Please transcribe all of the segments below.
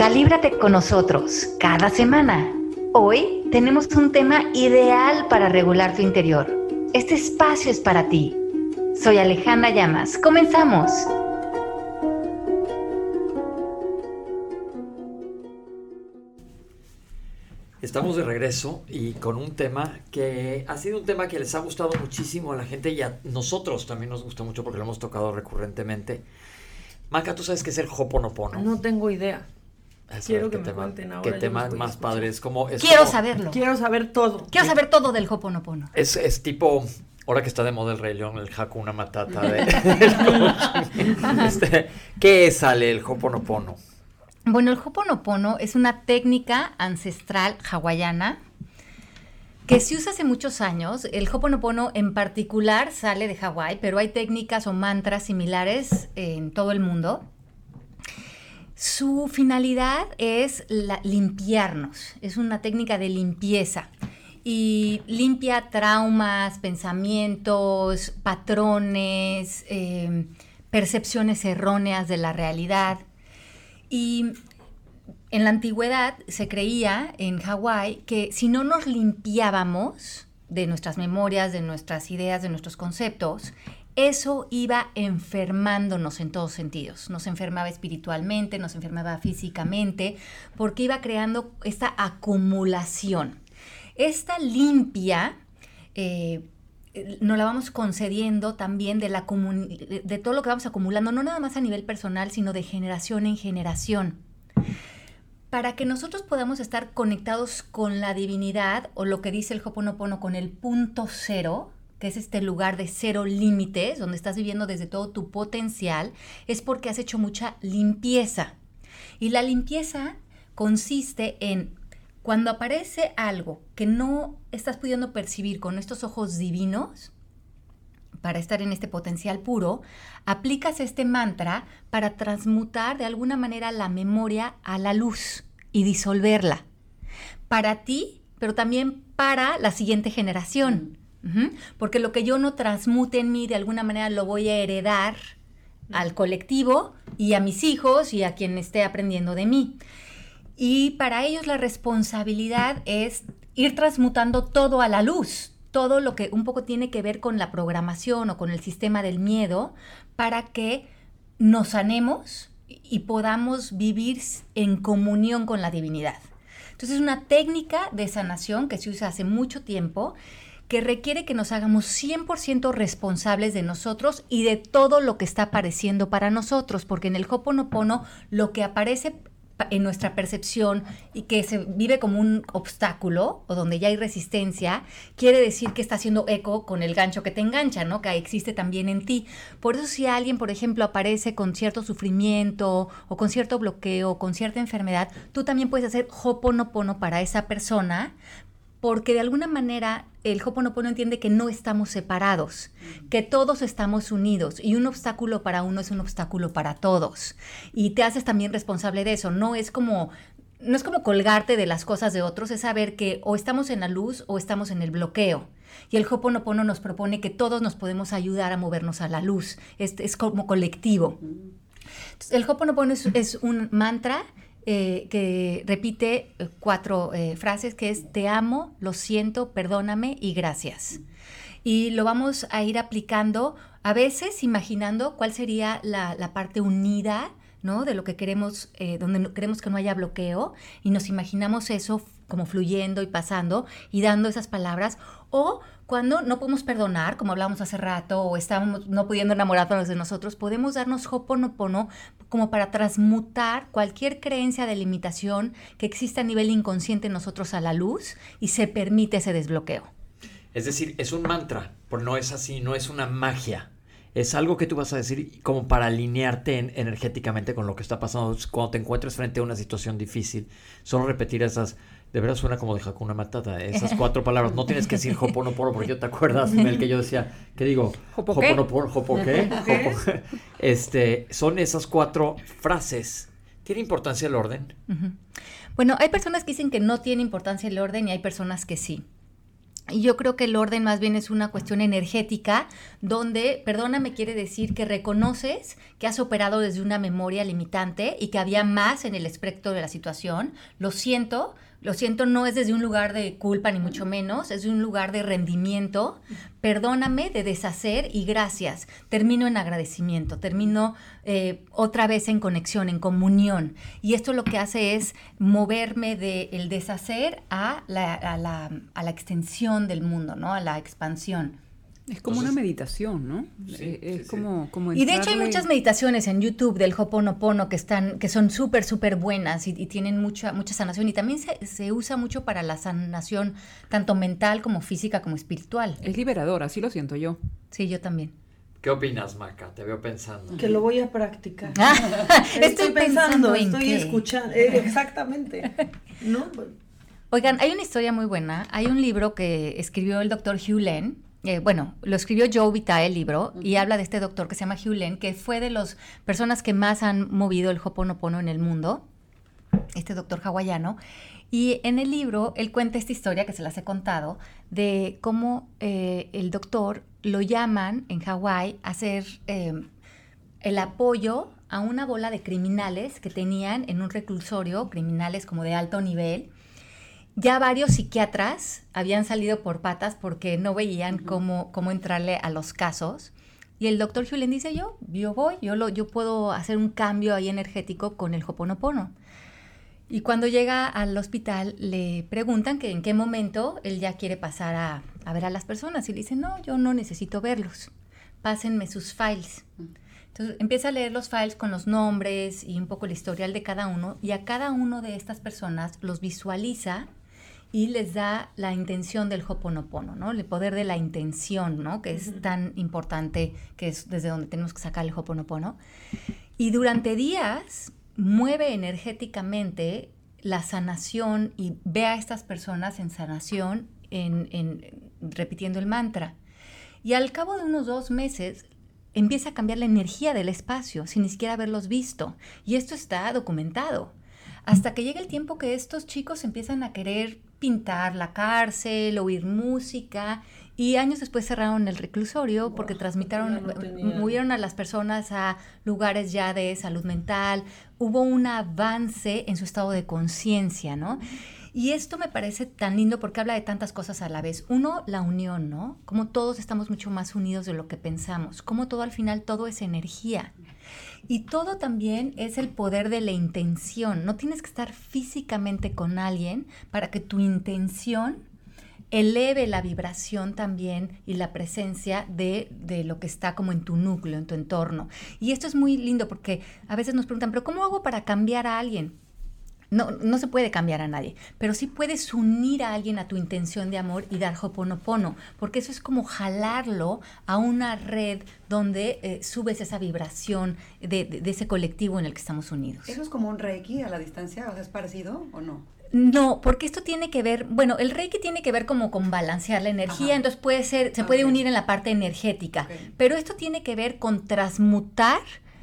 Calíbrate con nosotros cada semana. Hoy tenemos un tema ideal para regular tu interior. Este espacio es para ti. Soy Alejandra Llamas. ¡Comenzamos! Estamos de regreso y con un tema que ha sido un tema que les ha gustado muchísimo a la gente y a nosotros también nos gusta mucho porque lo hemos tocado recurrentemente. Maca, ¿tú sabes qué es el Ho'oponopono? No tengo idea. Quiero que me cuenten ahora. ¿Qué tema más padre? Quiero saberlo. Quiero saber todo. Quiero saber todo del Ho'oponopono. Es tipo, ahora que está de moda el Rey León, el Hakuna Matata. ¿Qué es, Ale, el Ho'oponopono? Bueno, el Ho'oponopono es una técnica ancestral hawaiana que se usa hace muchos años. El Ho'oponopono en particular sale de Hawái, pero hay técnicas o mantras similares en todo el mundo. Su finalidad es limpiarnos, es una técnica de limpieza y limpia traumas, pensamientos, patrones, percepciones erróneas de la realidad. Y en la antigüedad se creía en Hawái que si no nos limpiábamos de nuestras memorias, de nuestras ideas, de nuestros conceptos, eso iba enfermándonos en todos sentidos. Nos enfermaba espiritualmente, nos enfermaba físicamente, porque iba creando esta acumulación. Esta limpia nos la vamos concediendo también de todo lo que vamos acumulando, no nada más a nivel personal, sino de generación en generación. Para que nosotros podamos estar conectados con la divinidad, o lo que dice el Ho'oponopono, con el punto cero, que es este lugar de cero límites, donde estás viviendo desde todo tu potencial, es porque has hecho mucha limpieza. Y la limpieza consiste en, cuando aparece algo que no estás pudiendo percibir con estos ojos divinos, para estar en este potencial puro, aplicas este mantra para transmutar de alguna manera la memoria a la luz y disolverla. Para ti, pero también para la siguiente generación. Porque lo que yo no transmute en mí, de alguna manera lo voy a heredar al colectivo y a mis hijos y a quien esté aprendiendo de mí. Y para ellos la responsabilidad es ir transmutando todo a la luz, todo lo que un poco tiene que ver con la programación o con el sistema del miedo, para que nos sanemos y podamos vivir en comunión con la divinidad. Entonces es una técnica de sanación que se usa hace mucho tiempo, que requiere que nos hagamos 100% responsables de nosotros y de todo lo que está apareciendo para nosotros, porque en el Ho'oponopono lo que aparece en nuestra percepción y que se vive como un obstáculo o donde ya hay resistencia, quiere decir que está haciendo eco con el gancho que te engancha, ¿no? Que existe también en ti. Por eso si alguien, por ejemplo, aparece con cierto sufrimiento o con cierto bloqueo o con cierta enfermedad, tú también puedes hacer Ho'oponopono para esa persona, porque de alguna manera el Ho'oponopono entiende que no estamos separados, que todos estamos unidos y un obstáculo para uno es un obstáculo para todos. Y te haces también responsable de eso. No es como colgarte de las cosas de otros, es saber que o estamos en la luz o estamos en el bloqueo. Y el Ho'oponopono nos propone que todos nos podemos ayudar a movernos a la luz. Es como colectivo. Entonces, el Ho'oponopono es un mantra que repite 4 frases, que es: te amo, lo siento, perdóname y gracias. Y lo vamos a ir aplicando, a veces imaginando cuál sería la parte unida, ¿no? De lo que queremos, donde queremos que no haya bloqueo, y nos imaginamos eso como fluyendo y pasando y dando esas palabras. O cuando no podemos perdonar, como hablábamos hace rato, o estamos no pudiendo enamorarnos de nosotros, podemos darnos Ho'oponopono como para transmutar cualquier creencia de limitación que exista a nivel inconsciente en nosotros a la luz, y se permite ese desbloqueo. Es decir, es un mantra, pero no es así, no es una magia. Es algo que tú vas a decir como para alinearte energéticamente con lo que está pasando. Cuando te encuentres frente a una situación difícil, solo repetir esas, de verdad suena como de Hakuna Matata, esas 4 palabras. No tienes que decir Ho'oponopono, porque yo te acuerdas, Mel, que yo decía, ¿qué digo? Ho'oponopono, ¿Ho'opoqué? Son esas 4 frases. ¿Tiene importancia el orden? Bueno, hay personas que dicen que no tiene importancia el orden y hay personas que sí. Y yo creo que el orden más bien es una cuestión energética, donde, perdóname, quiere decir que reconoces que has operado desde una memoria limitante y que había más en el espectro de la situación. Lo siento, no es desde un lugar de culpa ni mucho menos, es de un lugar de rendimiento. Perdóname, de deshacer y gracias. Termino en agradecimiento, termino otra vez en conexión, en comunión. Y esto lo que hace es moverme del deshacer a la extensión del mundo, ¿no? A la expansión. Es como una meditación, ¿no? Sí, es sí, como Y de hecho hay muchas meditaciones en YouTube del Ho'oponopono que son súper, súper buenas y tienen mucha sanación. Y también se usa mucho para la sanación, tanto mental como física como espiritual. Es liberador, así lo siento yo. Sí, yo también. ¿Qué opinas, Maca? Te veo pensando. Que lo voy a practicar. Estoy pensando en estoy qué. escuchando. Exactamente. ¿No? Oigan, hay una historia muy buena. Hay un libro que escribió el doctor Hugh Len. Lo escribió Joe Vitale, el libro, y habla de este doctor que se llama Hugh Len, que fue de las personas que más han movido el Ho'oponopono en el mundo, este doctor hawaiano. Y en el libro, él cuenta esta historia, que se las he contado, de cómo el doctor lo llaman en Hawái a hacer el apoyo a una bola de criminales que tenían en un reclusorio, criminales como de alto nivel. Ya varios psiquiatras habían salido por patas porque no veían cómo entrarle a los casos. Y el doctor Hugh Len dice, yo puedo hacer un cambio ahí energético con el Ho'oponopono. Y cuando llega al hospital le preguntan que en qué momento él ya quiere pasar a ver a las personas. Y le dice, no, yo no necesito verlos. Pásenme sus files. Entonces empieza a leer los files con los nombres y un poco el historial de cada uno. Y a cada uno de estas personas los visualiza y les da la intención del Ho'oponopono, ¿no? El poder de la intención, ¿no? Que es tan importante, que es desde donde tenemos que sacar el Ho'oponopono. Y durante días mueve energéticamente la sanación y ve a estas personas en sanación, repitiendo el mantra. Y al cabo de unos 2 meses empieza a cambiar la energía del espacio sin ni siquiera haberlos visto. Y esto está documentado. Hasta que llega el tiempo que estos chicos empiezan a querer pintar la cárcel, oír música, y años después cerraron el reclusorio porque movieron a las personas a lugares ya de salud mental. Hubo un avance en su estado de conciencia, ¿no? Y esto me parece tan lindo porque habla de tantas cosas a la vez. Uno, la unión, ¿no? Como todos estamos mucho más unidos de lo que pensamos. Como todo al final, todo es energía. Y todo también es el poder de la intención. No tienes que estar físicamente con alguien para que tu intención eleve la vibración también y la presencia de lo que está como en tu núcleo, en tu entorno. Y esto es muy lindo porque a veces nos preguntan, ¿pero cómo hago para cambiar a alguien? No se puede cambiar a nadie, pero sí puedes unir a alguien a tu intención de amor y dar Ho'oponopono, porque eso es como jalarlo a una red donde subes esa vibración de ese colectivo en el que estamos unidos. ¿Eso es como un Reiki a la distancia? O sea, ¿es parecido o no? No, porque esto tiene que ver, el Reiki tiene que ver como con balancear la energía, entonces se puede unir en la parte energética, pero esto tiene que ver con transmutar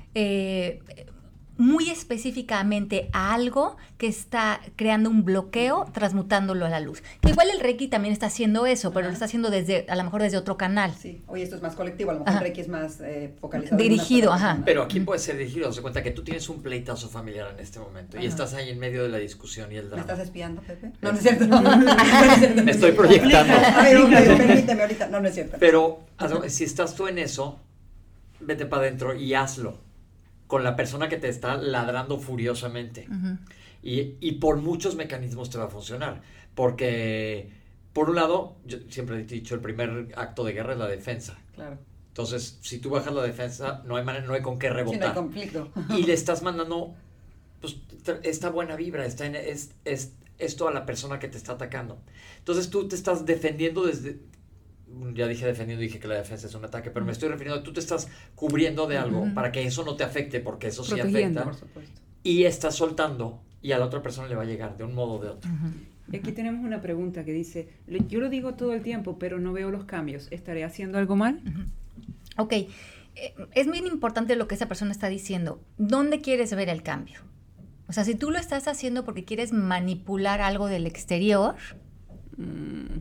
muy específicamente a algo que está creando un bloqueo, transmutándolo a la luz. Que igual el Reiki también está haciendo eso, pero lo está haciendo a lo mejor desde otro canal. Sí, oye, esto es más colectivo, a lo mejor el Reiki es más focalizado. Dirigido, Pero aquí puede ser dirigido, se cuenta que tú tienes un pleitazo familiar en este momento y estás ahí en medio de la discusión y el drama. ¿Me estás espiando, Pepe? No, no es cierto. Me estoy proyectando. A ver, permíteme ahorita. No es cierto. Pero si estás tú en eso, vete para adentro y hazlo con la persona que te está ladrando furiosamente. Y por muchos mecanismos te va a funcionar. Porque, por un lado, yo siempre he dicho, el primer acto de guerra es la defensa. Claro. Entonces, si tú bajas la defensa, no hay con qué rebotar. Sí, no hay conflicto. Y le estás mandando pues, esta buena vibra, esto a la persona que te está atacando. Entonces, tú te estás defendiendo desde... Ya dije que la defensa es un ataque, pero me estoy refiriendo a tú te estás cubriendo de algo para que eso no te afecte, porque eso sí afecta. Por supuesto. Y estás soltando y a la otra persona le va a llegar de un modo o de otro. Y aquí tenemos una pregunta que dice, yo lo digo todo el tiempo, pero no veo los cambios. ¿Estaré haciendo algo mal? Ok, es muy importante lo que esa persona está diciendo. ¿Dónde quieres ver el cambio? O sea, si tú lo estás haciendo porque quieres manipular algo del exterior...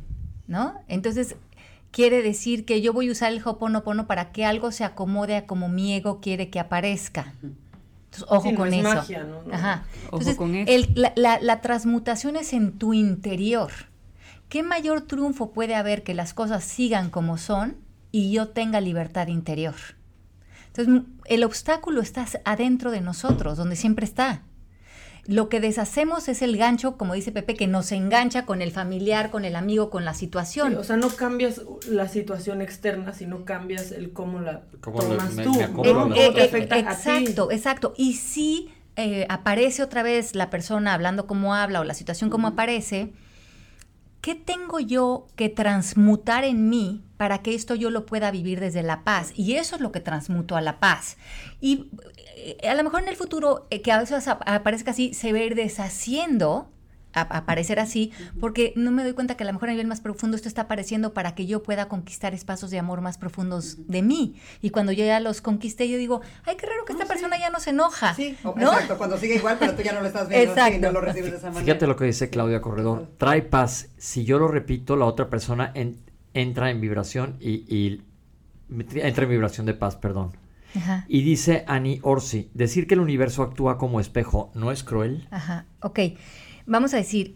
¿no? Entonces, quiere decir que yo voy a usar el Ho'oponopono para que algo se acomode a como mi ego quiere que aparezca. Entonces, ojo Sí, con no es eso. magia, ¿no? Ajá. Ojo Entonces, con eso. la transmutación es en tu interior. ¿Qué mayor triunfo puede haber que las cosas sigan como son y yo tenga libertad interior? Entonces, el obstáculo está adentro de nosotros, donde siempre está. Lo que deshacemos es el gancho, como dice Pepe, que nos engancha con el familiar, con el amigo, con la situación. Sí, o sea, no cambias la situación externa, sino cambias el cómo la Cómo tomas me tú. acoplo a ¿Cómo la te situación. afecta a ti? Exacto. Y si aparece otra vez la persona hablando como habla o la situación como aparece, ¿qué tengo yo que transmutar en mí para que esto yo lo pueda vivir desde la paz? Y eso es lo que transmuto a la paz. Y a lo mejor en el futuro, que a veces aparezca así, se va a ir deshaciendo, aparecer así, porque no me doy cuenta que a lo mejor a nivel más profundo esto está apareciendo para que yo pueda conquistar espacios de amor más profundos de mí. Y cuando yo ya los conquisté, yo digo, ay, qué raro que esta persona ya no se enoja. Sí, ¿no? exacto, cuando sigue igual, pero tú ya no lo estás viendo así, no lo recibes de esa manera. Fíjate lo que dice Claudia Corredor. Trae paz. Si yo lo repito, la otra persona entra en vibración y entra en vibración de paz, perdón. Ajá. Y dice Annie Orsi, decir que el universo actúa como espejo, ¿no es cruel? Ajá, ok. Vamos a decir,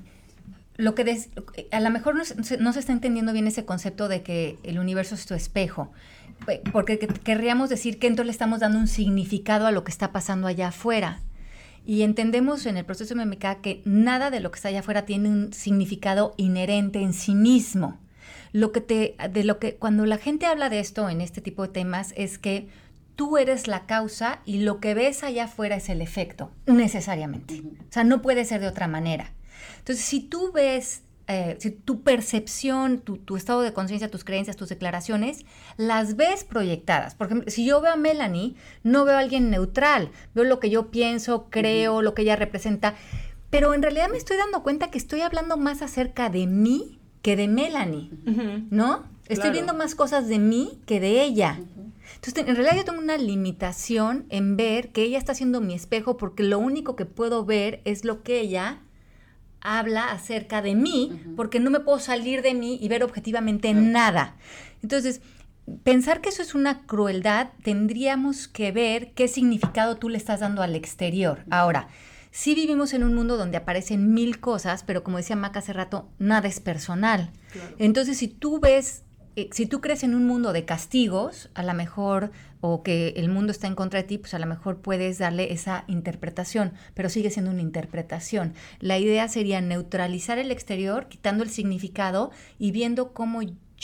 a lo mejor no se está entendiendo bien ese concepto de que el universo es tu espejo, porque querríamos decir que entonces le estamos dando un significado a lo que está pasando allá afuera. Y entendemos en el proceso MMK que nada de lo que está allá afuera tiene un significado inherente en sí mismo. Cuando la gente habla de esto en este tipo de temas es que tú eres la causa y lo que ves allá afuera es el efecto, necesariamente. O sea, no puede ser de otra manera. Entonces, si tú ves, si tu percepción, tu estado de conciencia, tus creencias, tus declaraciones, las ves proyectadas. Por ejemplo, si yo veo a Melanie, no veo a alguien neutral. Veo lo que yo pienso, creo, lo que ella representa. Pero en realidad me estoy dando cuenta que estoy hablando más acerca de mí que de Melanie, ¿no? Estoy viendo más cosas de mí que de ella. Entonces, en realidad yo tengo una limitación en ver que ella está siendo mi espejo porque lo único que puedo ver es lo que ella habla acerca de mí, porque no me puedo salir de mí y ver objetivamente nada. Entonces, pensar que eso es una crueldad, tendríamos que ver qué significado tú le estás dando al exterior. Ahora, sí vivimos en un mundo donde aparecen 1000 cosas, pero como decía Maca hace rato, nada es personal. Claro. Entonces, si tú crees en un mundo de castigos, a lo mejor, o que el mundo está en contra de ti, pues a lo mejor puedes darle esa interpretación, pero sigue siendo una interpretación. La idea sería neutralizar el exterior, quitando el significado y viendo cómo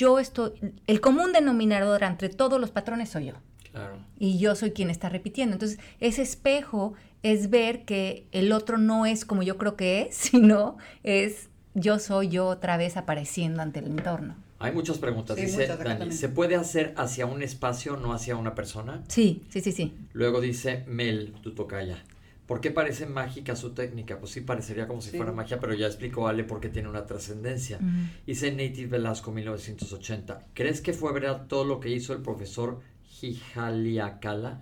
el común denominador entre todos los patrones soy yo. Claro. Y yo soy quien está repitiendo. Entonces, ese espejo es ver que el otro no es como yo creo que es, sino es yo soy yo otra vez apareciendo ante el entorno. Hay muchas preguntas. Sí, dice muchas, Dani, ¿se puede hacer hacia un espacio, no hacia una persona? Sí. Luego dice Mel, tu tocaya, ¿por qué parece mágica su técnica? Pues sí, parecería como si fuera magia, pero ya explicó Ale por qué tiene una trascendencia. Dice Native Velasco, 1980, ¿crees que fue verdad todo lo que hizo el profesor Jijaliakala?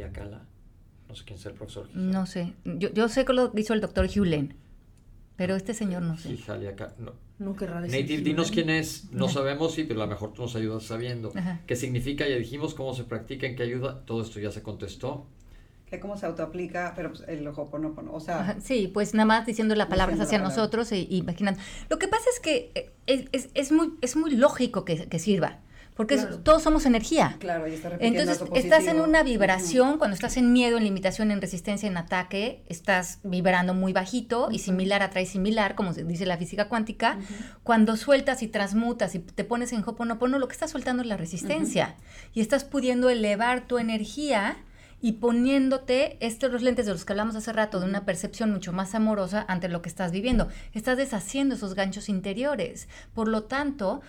No sé quién es el profesor Jijaliakala. No sé, yo sé que lo hizo el doctor Hugh Lane, pero este señor no sé. Jijaliakala, no querrá decir. Native, dinos quién es. No sabemos, sí, pero a lo mejor tú nos ayudas sabiendo. Ajá. ¿Qué significa? Ya dijimos cómo se practica, en qué ayuda. Todo esto ya se contestó. Que cómo se autoaplica, pero pues el Ho'oponopono, o sea... Ajá, sí, pues nada más diciendo las palabras hacia nosotros e imaginando. Lo que pasa es que es muy lógico que sirva. Porque todos somos energía. Claro, y está repitiendo. Entonces, estás en una vibración, cuando estás en miedo, en limitación, en resistencia, en ataque, estás vibrando muy bajito y similar atrae similar, como se dice la física cuántica. Cuando sueltas y transmutas y te pones en Ho'oponopono, lo que estás soltando es la resistencia. Y estás pudiendo elevar tu energía y poniéndote los lentes de los que hablamos hace rato, de una percepción mucho más amorosa ante lo que estás viviendo. Estás deshaciendo esos ganchos interiores. Por lo tanto,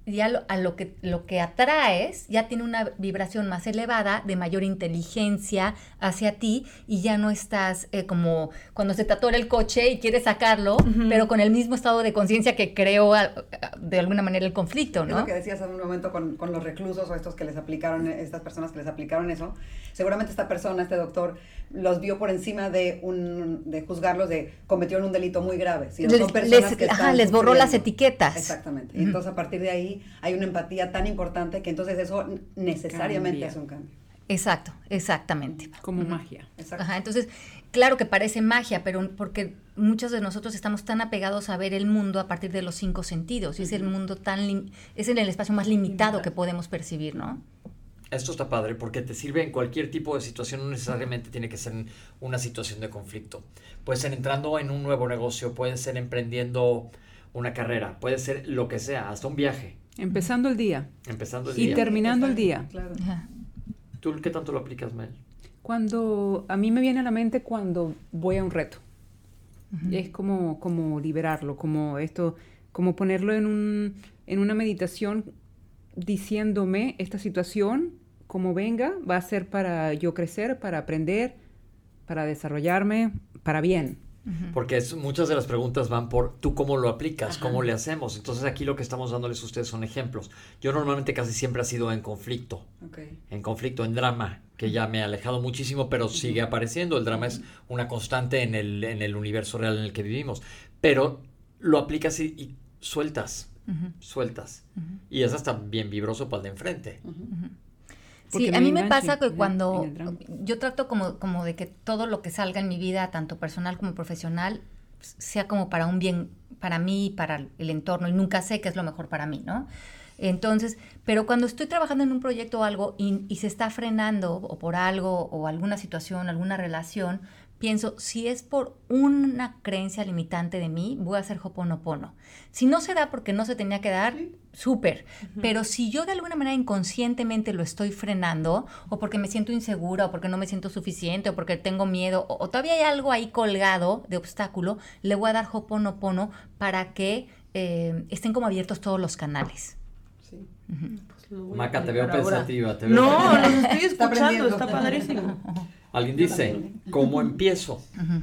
ya lo que atraes ya tiene una vibración más elevada, de mayor inteligencia hacia ti, y ya no estás como cuando se te atora el coche y quieres sacarlo, pero con el mismo estado de conciencia que creó de alguna manera el conflicto, ¿no? Es lo que decías hace un momento con los reclusos o estas personas que les aplicaron eso. Seguramente esta persona, este doctor, los vio por encima de juzgarlos de cometieron un delito muy grave. Sino son personas que les borró las etiquetas. Exactamente. Y entonces a partir de ahí hay una empatía tan importante que entonces eso necesariamente hace un cambio. Exacto, exactamente. Como magia. Exacto. Ajá, entonces, claro que parece magia, pero porque muchos de nosotros estamos tan apegados a ver el mundo a partir de los 5 sentidos, y es el mundo es en el espacio más limitado que podemos percibir, ¿no? Esto está padre porque te sirve en cualquier tipo de situación, no necesariamente tiene que ser en una situación de conflicto. Puede ser entrando en un nuevo negocio, puede ser emprendiendo una carrera, puede ser lo que sea, hasta un viaje. Empezando el día. Empezando el Y día. terminando el día. Claro. Ajá. ¿Tú qué tanto lo aplicas, Mel? Cuando a mí me viene a la mente cuando voy a un reto. Es como liberarlo, como ponerlo en una meditación diciéndome esta situación, como venga, va a ser para yo crecer, para aprender, para desarrollarme, para bien. Porque muchas de las preguntas van por tú cómo lo aplicas, cómo le hacemos. Entonces aquí lo que estamos dándoles a ustedes son ejemplos. Yo normalmente casi siempre ha sido en conflicto. Okay. En conflicto, en drama, que ya me he alejado muchísimo, pero sigue apareciendo. El drama es una constante en el universo real en el que vivimos. Pero lo aplicas y sueltas. Sueltas. Y es hasta bien vibroso para el de enfrente. Porque Sí, a mí me enganche pasa que en cuando el drama. yo trato como de que todo lo que salga en mi vida, tanto personal como profesional, sea como para un bien, para mí y para el entorno, y nunca sé qué es lo mejor para mí, ¿no? Entonces, pero cuando estoy trabajando en un proyecto o algo y se está frenando o por algo o alguna situación, alguna relación, pienso, si es por una creencia limitante de mí, voy a hacer Ho'oponopono. Si no se da porque no se tenía que dar, súper. Pero si yo de alguna manera inconscientemente lo estoy frenando, o porque me siento insegura, o porque no me siento suficiente, o porque tengo miedo, o todavía hay algo ahí colgado de obstáculo, le voy a dar Ho'oponopono para que estén como abiertos todos los canales. Sí. Pues lo voy a Maca, te veo aplicar ahora. pensativa. Te veo No, pensativa. los estoy escuchando, aprendiendo. está padrísimo. Alguien dice, ¿cómo empiezo?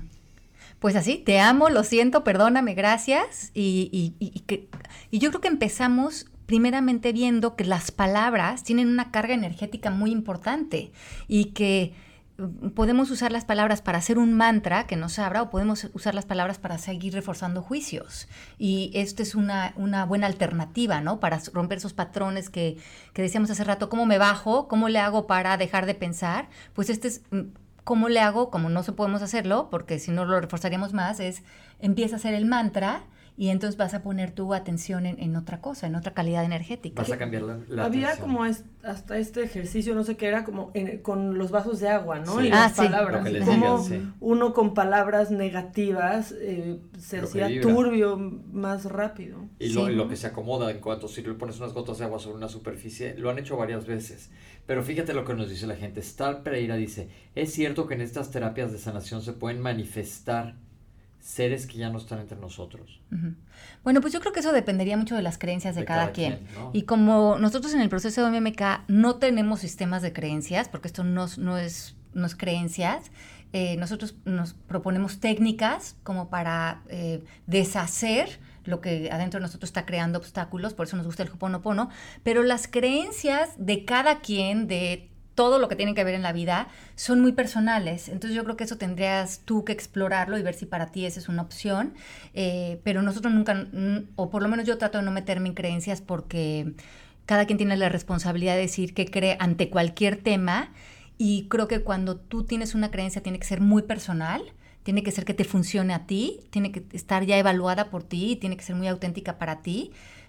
Pues así, te amo, lo siento, perdóname, gracias. Y yo creo que empezamos primeramente viendo que las palabras tienen una carga energética muy importante y que podemos usar las palabras para hacer un mantra que nos abra, o podemos usar las palabras para seguir reforzando juicios. Y esto es una buena alternativa, ¿no? Para romper esos patrones que decíamos hace rato. ¿Cómo me bajo? ¿Cómo le hago para dejar de pensar? Pues ¿cómo le hago? Como no podemos hacerlo, porque si no lo reforzaríamos más, empieza a hacer el mantra y entonces vas a poner tu atención en otra cosa, en otra calidad energética. Vas a cambiar la Había atención. como hasta este ejercicio, no sé qué era, como con los vasos de agua, ¿no? Sí. Y las Sí. palabras. Lo que les Como digan, sí. uno con palabras negativas se Lo que hacía vibra. turbio más rápido. Y Sí. lo que se acomoda en cuanto si le pones unas gotas de agua sobre una superficie, lo han hecho varias veces. Pero fíjate lo que nos dice la gente. Star Pereira dice, es cierto que en estas terapias de sanación se pueden manifestar seres que ya no están entre nosotros. Ujú. Bueno, pues yo creo que eso dependería mucho de las creencias de cada quien. ¿No? Y como nosotros en el proceso de MMK no tenemos sistemas de creencias, porque esto no es creencias, nosotros nos proponemos técnicas como para deshacer lo que adentro de nosotros está creando obstáculos, por eso nos gusta el Ho'oponopono, pero las creencias de cada quien, de todo lo que tiene que ver en la vida, son muy personales. Entonces yo creo que eso tendrías tú que explorarlo y ver si para ti esa es una opción. Pero nosotros nunca, o por lo menos yo trato de no meterme en creencias porque cada quien tiene la responsabilidad de decir qué cree ante cualquier tema. Y creo que cuando tú tienes una creencia tiene que ser muy personal, tiene que ser que te funcione a ti, tiene que estar ya evaluada por ti, tiene que ser muy auténtica para ti.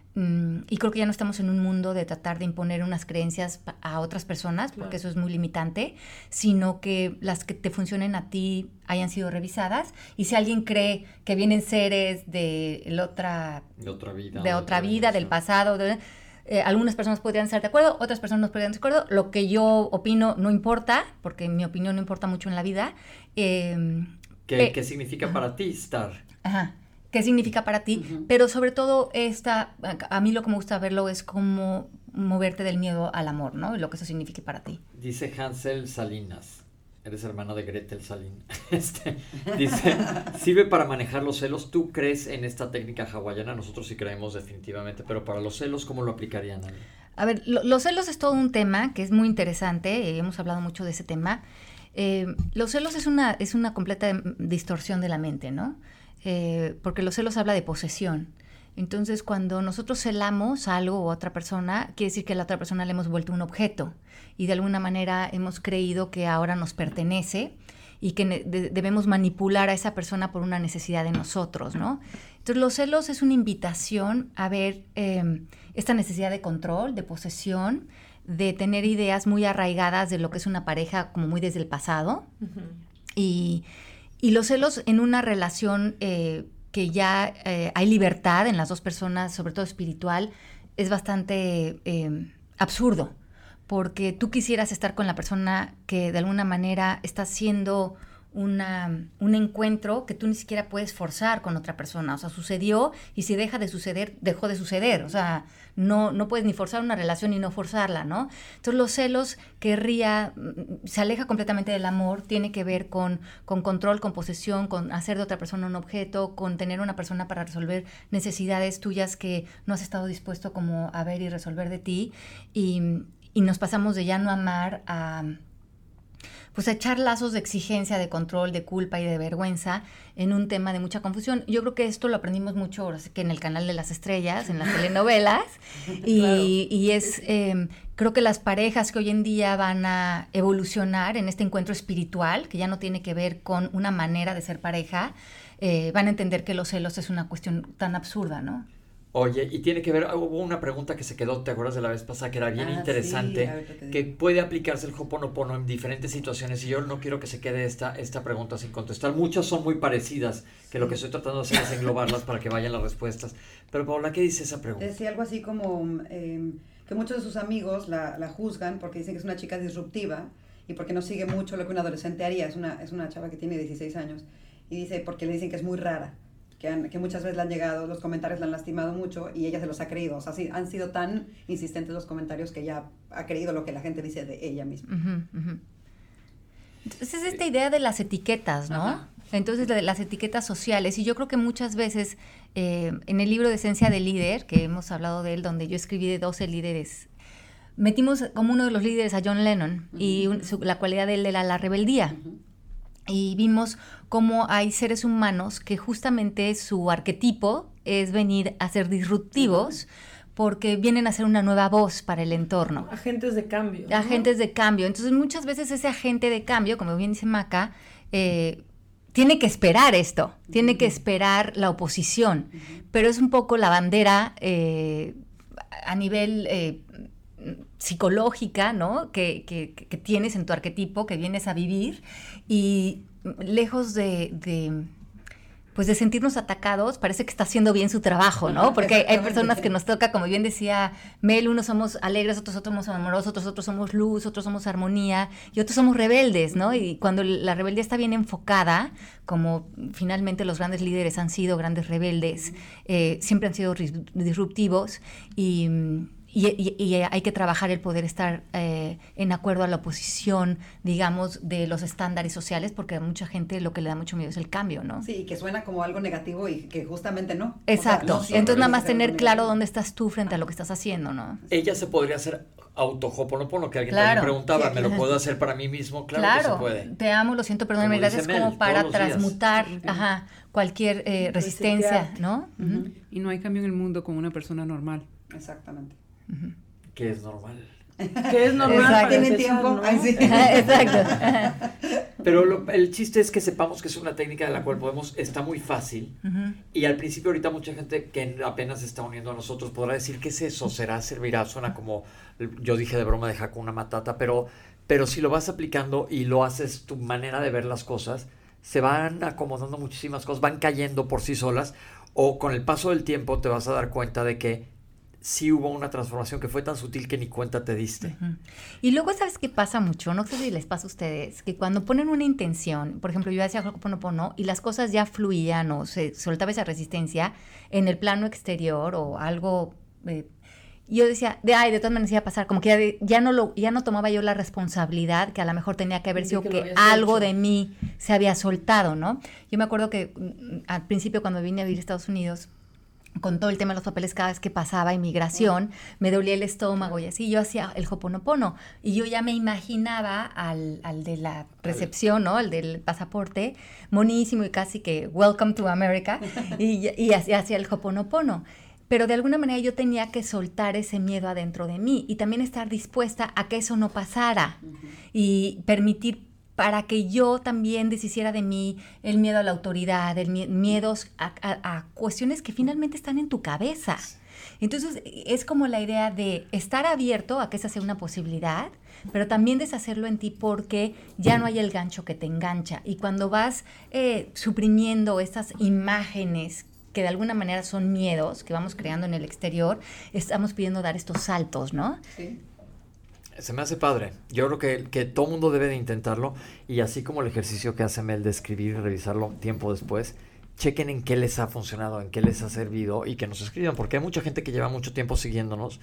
Y creo que ya no estamos en un mundo de tratar de imponer unas creencias a otras personas, porque eso es muy limitante, sino que las que te funcionen a ti hayan sido revisadas. Y si alguien cree que vienen seres de otra vida, del pasado, algunas personas podrían estar de acuerdo, otras personas no podrían estar de acuerdo. Lo que yo opino no importa, porque mi opinión no importa mucho en la vida. ¿Qué significa para ti Star? Ajá. qué significa para ti, pero sobre todo a mí lo que me gusta verlo es cómo moverte del miedo al amor, ¿no? Y lo que eso signifique para ti. Dice Hansel Salinas, eres hermano de Gretel Salinas, dice, ¿sirve para manejar los celos? ¿Tú crees en esta técnica hawaiana? Nosotros sí creemos definitivamente, pero para los celos, ¿cómo lo aplicarían? A ver, los celos es todo un tema que es muy interesante, hemos hablado mucho de ese tema. Los celos es una completa distorsión de la mente, ¿no? Porque los celos habla de posesión. Entonces, cuando nosotros celamos a algo o a otra persona, quiere decir que a la otra persona le hemos vuelto un objeto y de alguna manera hemos creído que ahora nos pertenece y que debemos manipular a esa persona por una necesidad de nosotros, ¿no? Entonces, los celos es una invitación a ver esta necesidad de control, de posesión, de tener ideas muy arraigadas de lo que es una pareja como muy desde el pasado. Y los celos en una relación que ya hay libertad en las dos personas, sobre todo espiritual, es bastante absurdo, porque tú quisieras estar con la persona que de alguna manera está haciendo un encuentro que tú ni siquiera puedes forzar con otra persona. O sea, sucedió y si deja de suceder, dejó de suceder. O sea, no puedes ni forzar una relación ni no forzarla, ¿no? Entonces, los celos se aleja completamente del amor, tiene que ver con control, con posesión, con hacer de otra persona un objeto, con tener una persona para resolver necesidades tuyas que no has estado dispuesto como a ver y resolver de ti. Y nos pasamos de ya no amar a echar lazos de exigencia, de control, de culpa y de vergüenza en un tema de mucha confusión. Yo creo que esto lo aprendimos mucho ahora sí que en el Canal de las Estrellas, en las telenovelas, y es, creo que las parejas que hoy en día van a evolucionar en este encuentro espiritual, que ya no tiene que ver con una manera de ser pareja, van a entender que los celos es una cuestión tan absurda, ¿no? Oye, y tiene que ver, hubo una pregunta que se quedó, ¿te acuerdas de la vez pasada? Que era bien interesante, sí, que puede aplicarse el Ho'oponopono en diferentes situaciones, y yo no quiero que se quede esta pregunta sin contestar. Muchas son muy parecidas, que lo que estoy tratando de hacer es englobarlas para que vayan las respuestas. Pero Paola, ¿qué dice esa pregunta? Decía algo así como que muchos de sus amigos la juzgan porque dicen que es una chica disruptiva y porque no sigue mucho lo que un adolescente haría. Es una chava que tiene 16 años y dice porque le dicen que es muy rara. Que muchas veces le han llegado, los comentarios le han lastimado mucho y ella se los ha creído. O sea, sí, han sido tan insistentes los comentarios que ella ha creído lo que la gente dice de ella misma. Entonces es esta idea de las etiquetas, ¿no? Ajá. Entonces de las etiquetas sociales. Y yo creo que muchas veces en el libro de Esencia del Líder, que hemos hablado de él, donde yo escribí de 12 líderes, metimos como uno de los líderes a John Lennon y la cualidad de él era la rebeldía. Y vimos cómo hay seres humanos que justamente su arquetipo es venir a ser disruptivos porque vienen a ser una nueva voz para el entorno. Agentes de cambio, ¿no? Agentes de cambio. Entonces, muchas veces ese agente de cambio, como bien dice Maca, tiene que esperar esto, tiene que esperar la oposición, pero es un poco la bandera a nivel psicológica, ¿no? Que tienes en tu arquetipo, que vienes a vivir, y lejos de sentirnos atacados, parece que está haciendo bien su trabajo, ¿no? Porque hay personas que nos toca, como bien decía Mel, unos somos alegres, otros somos amorosos, otros somos luz, otros somos armonía, y otros somos rebeldes, ¿no? Y cuando la rebeldía está bien enfocada, como finalmente los grandes líderes han sido grandes rebeldes, siempre han sido disruptivos, y hay que trabajar el poder estar en acuerdo a la oposición, digamos, de los estándares sociales, porque a mucha gente lo que le da mucho miedo es el cambio, ¿no? Sí, que suena como algo negativo y que justamente no. Exacto. O sea, no entonces nada más tener claro dónde estás tú frente a lo que estás haciendo, ¿no? Ella se podría hacer auto-Ho'oponopono, que alguien también preguntaba, ¿me lo puedo hacer para mí mismo? Claro que se puede. Te amo, lo siento, perdóname, gracias, como para transmutar cualquier resistencia, ¿no? Y no hay cambio en el mundo con una persona normal. Exactamente. Que es normal. Que es normal. Tienen tiempo. ¿No? Ay, sí. Exacto. Pero el chiste es que sepamos que es una técnica de la cual está muy fácil. Y al principio ahorita mucha gente que apenas se está uniendo a nosotros podrá decir, ¿qué es eso? ¿Servirá? Suena como, yo dije de broma de Hakuna Matata, pero si lo vas aplicando y lo haces tu manera de ver las cosas, se van acomodando muchísimas cosas, van cayendo por sí solas, o con el paso del tiempo te vas a dar cuenta de que sí hubo una transformación que fue tan sutil que ni cuenta te diste. Uh-huh. Y luego, ¿sabes qué pasa mucho? No sé si les pasa a ustedes, que cuando ponen una intención, por ejemplo, yo hacía Ho'oponopono y las cosas ya fluían o se soltaba esa resistencia en el plano exterior o algo... yo decía, de todas maneras iba a pasar, como que ya no tomaba yo la responsabilidad que a lo mejor tenía que haber sido que algo de mí se había soltado, ¿no? Yo me acuerdo que al principio cuando vine a vivir a Estados Unidos, con todo el tema de los papeles, cada vez que pasaba inmigración, me dolía el estómago y así, yo hacía el Ho'oponopono y yo ya me imaginaba al de la recepción, ¿no? El del pasaporte, monísimo y casi que welcome to America, y hacía el Ho'oponopono. Pero de alguna manera yo tenía que soltar ese miedo adentro de mí y también estar dispuesta a que eso no pasara y permitir para que yo también deshiciera de mí el miedo a la autoridad, miedos a cuestiones que finalmente están en tu cabeza. Entonces, es como la idea de estar abierto a que esa sea una posibilidad, pero también deshacerlo en ti porque ya no hay el gancho que te engancha. Y cuando vas suprimiendo estas imágenes que de alguna manera son miedos que vamos creando en el exterior, estamos pidiendo dar estos saltos, ¿no? Sí. Se me hace padre. Yo creo que todo mundo debe de intentarlo y así como el ejercicio que hace Mel de escribir y revisarlo tiempo después, chequen en qué les ha funcionado, en qué les ha servido y que nos escriban, porque hay mucha gente que lleva mucho tiempo siguiéndonos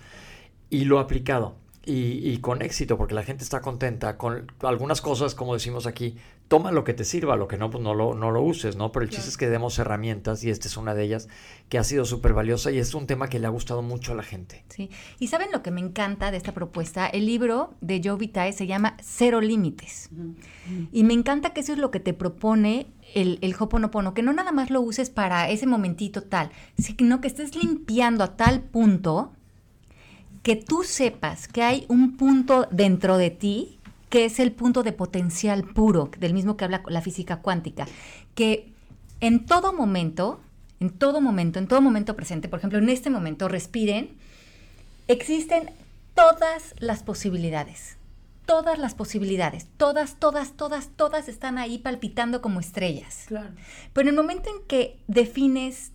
y lo ha aplicado y con éxito, porque la gente está contenta con algunas cosas, como decimos aquí, toma lo que te sirva, lo que no, pues no lo uses, ¿no? Pero el chiste es que demos herramientas y esta es una de ellas que ha sido súper valiosa y es un tema que le ha gustado mucho a la gente. Sí, y ¿saben lo que me encanta de esta propuesta? El libro de Joe Vitale se llama Cero Límites. Y me encanta que eso es lo que te propone el Ho'oponopono, que no nada más lo uses para ese momentito tal, sino que estés limpiando a tal punto que tú sepas que hay un punto dentro de ti que es el punto de potencial puro, del mismo que habla la física cuántica, que en todo momento presente, por ejemplo, en este momento, respiren, existen todas las posibilidades, todas están ahí palpitando como estrellas. Claro. Pero en el momento en que defines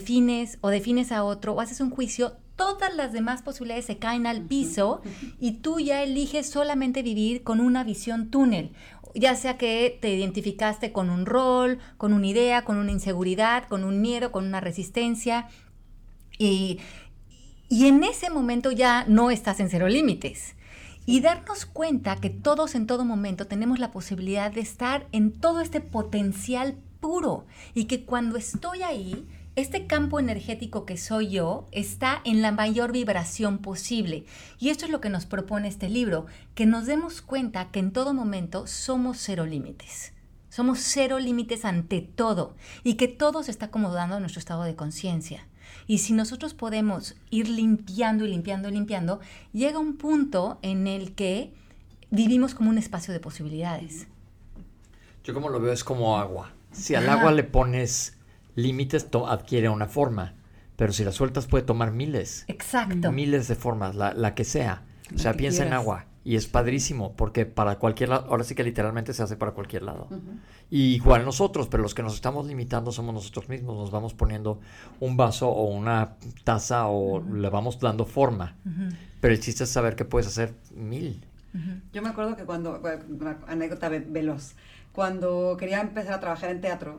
a otro o haces un juicio, todas las demás posibilidades se caen al piso y tú ya eliges solamente vivir con una visión túnel, ya sea que te identificaste con un rol, con una idea, con una inseguridad, con un miedo, con una resistencia y en ese momento ya no estás en cero límites. Y darnos cuenta que todos en todo momento tenemos la posibilidad de estar en todo este potencial puro y que cuando estoy ahí, este campo energético que soy yo está en la mayor vibración posible. Y esto es lo que nos propone este libro, que nos demos cuenta que en todo momento somos cero límites. Somos cero límites ante todo y que todo se está acomodando a nuestro estado de conciencia. Y si nosotros podemos ir limpiando, llega un punto en el que vivimos como un espacio de posibilidades. Yo como lo veo es como agua. Si al agua le pones límites, adquiere una forma, pero si la sueltas puede tomar miles. Exacto. Miles de formas, la que sea. O sea, piensa en agua. Y es padrísimo, porque para cualquier lado, ahora sí que literalmente se hace para cualquier lado. Y igual nosotros, pero los que nos estamos limitando somos nosotros mismos. Nos vamos poniendo un vaso o una taza o le vamos dando forma. Pero el chiste es saber que puedes hacer 1000. Yo me acuerdo que una anécdota veloz, cuando quería empezar a trabajar en teatro,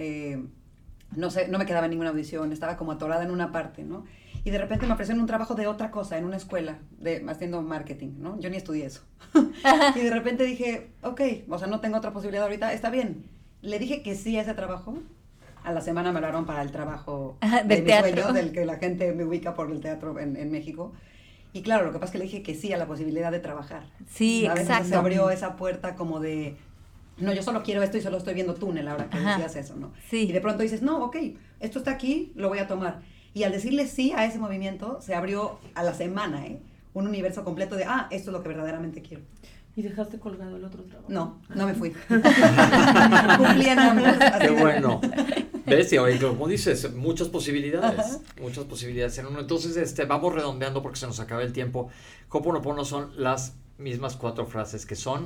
no me quedaba en ninguna audición, estaba como atorada en una parte, ¿no? Y de repente me ofrecieron un trabajo de otra cosa en una escuela, haciendo marketing, ¿no? Yo ni estudié eso. Y de repente dije, ok, o sea, no tengo otra posibilidad ahorita, está bien. Le dije que sí a ese trabajo. A la semana me hablaron para el trabajo de mi sueño, del que la gente me ubica por el teatro en México. Y claro, lo que pasa es que le dije que sí a la posibilidad de trabajar. Sí, exacto. exacto. Se abrió esa puerta como de, no, yo solo quiero esto y solo estoy viendo túnel ahora que decías eso, ¿no? Sí. Y de pronto dices, no, ok, esto está aquí, lo voy a tomar. Y al decirle sí a ese movimiento, se abrió a la semana, un universo completo de, esto es lo que verdaderamente quiero. ¿Y dejaste colgado el otro trabajo? No me fui. Cumplí en ambos. Qué bueno. ¿Ves? Y ahora, como dices, muchas posibilidades. Muchas posibilidades en uno. Entonces, vamos redondeando porque se nos acaba el tiempo. Ho'oponopono son las mismas 4 frases que son.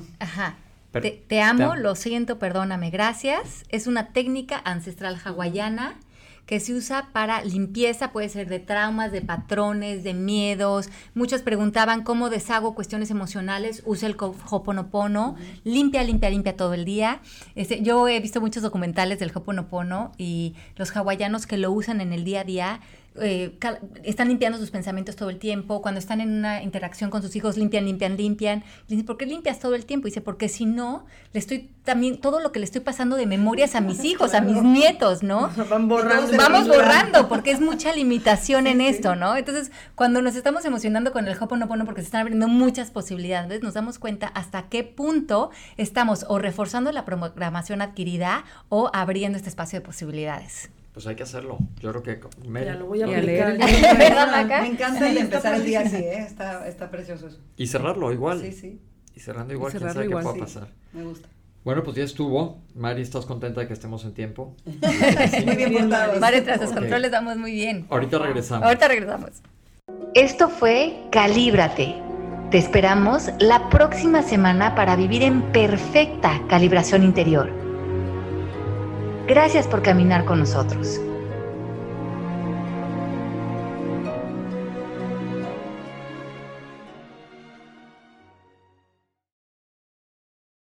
Te amo, lo siento, perdóname, gracias. Es una técnica ancestral hawaiana que se usa para limpieza, puede ser de traumas, de patrones, de miedos. Muchos preguntaban cómo deshago cuestiones emocionales. Usa el Ho'oponopono, limpia todo el día. Yo he visto muchos documentales del Ho'oponopono y los hawaianos que lo usan en el día a día están limpiando sus pensamientos todo el tiempo. Cuando están en una interacción con sus hijos, limpian. Le dicen, ¿por qué limpias todo el tiempo? Y dice, porque si no, le estoy también, todo lo que le estoy pasando de memorias a mis hijos, a mis nietos, ¿no? Vamos borrando, porque es mucha limitación en esto, ¿no? Entonces, cuando nos estamos emocionando con el Ho'oponopono, porque se están abriendo muchas posibilidades, nos damos cuenta hasta qué punto estamos o reforzando la programación adquirida o abriendo este espacio de posibilidades. Pues hay que hacerlo. Yo creo que... Ya lo voy a aplicar. ¿Verdad, Maca? Me encanta el empezar el día así, está precioso eso. Y cerrarlo igual. Sí. Y cerrando igual, quién sabe qué pueda pasar. Me gusta. Bueno, pues ya estuvo. Mari, ¿estás contenta de que estemos en tiempo? Muy bien portados. Mari, tras los controles vamos muy bien. Ahorita regresamos. Esto fue Calíbrate. Te esperamos la próxima semana para vivir en perfecta calibración interior. Gracias por caminar con nosotros.